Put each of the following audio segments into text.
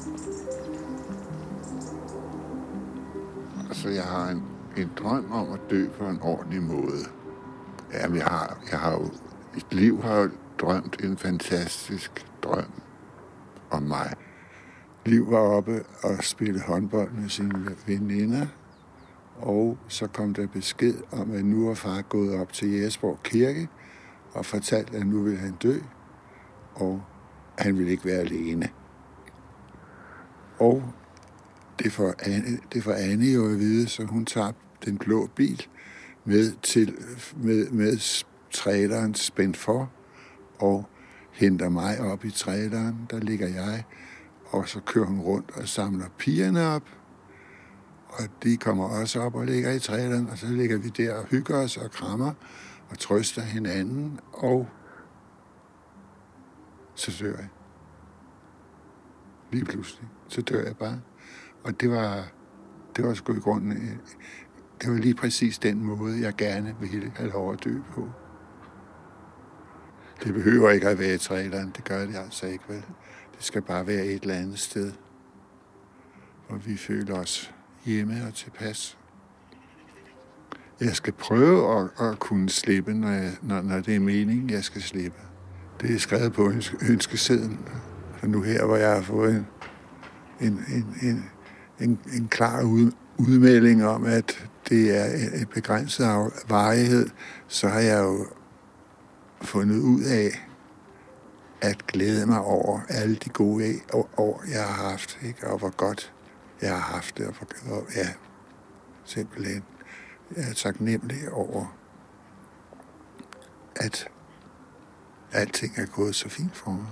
Altså, jeg har en drøm om at dø på en ordentlig måde. Jamen, jeg har jo, et liv har jo drømt en fantastisk drøm om mig. Liv var oppe og spille håndbold med sine veninder, og så kom der besked om, at nu var far gået op til Jægersborg Kirke og fortalt, at nu ville han dø, og han ville ikke være alene. Og det får Anne jo at vide, så hun tager den blå bil med traileren spændt for, og henter mig op i traileren. Der ligger jeg, og så kører hun rundt og samler pigerne op, og de kommer også op og ligger i traileren, og så ligger vi der og hygger os og krammer og trøster hinanden, og så dør jeg. Lige pludselig, så dør jeg bare. Og det var sgu i grunden, det var lige præcis den måde, jeg gerne ville have lov at dø på. Det behøver ikke at være i traileren, det gør det altså ikke, vel? Det skal bare være et eller andet sted, hvor vi føler os hjemme og tilpas. Jeg skal prøve at kunne slippe, når det er meningen, jeg skal slippe. Det er skrevet på ønskesedlen. For nu her, hvor jeg har fået en klar udmelding om, at det er et begrænset varighed, så har jeg jo fundet ud af at glæde mig over alle de gode år, jeg har haft, ikke? Og hvor godt jeg har haft det, og ja, simpelthen. Jeg er taknemmelig over, at alting er gået så fint for mig.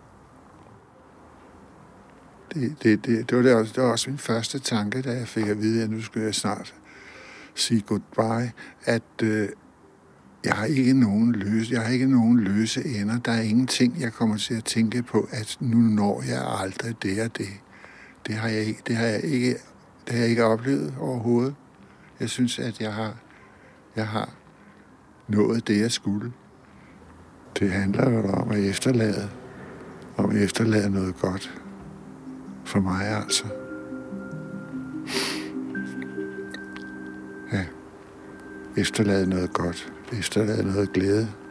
Det var også min første tanke, da jeg fik at vide, at nu skulle jeg snart sige goodbye, at jeg har ikke nogen løse ender. Der er ingenting, jeg kommer til at tænke på, at nu når jeg aldrig det og det. Det har jeg ikke oplevet overhovedet. Jeg synes, at jeg har nået det, jeg skulle. Det handler jo om at efterlade noget godt. For mig altså. Ja. Efterlade noget godt. Efterlade noget glæde.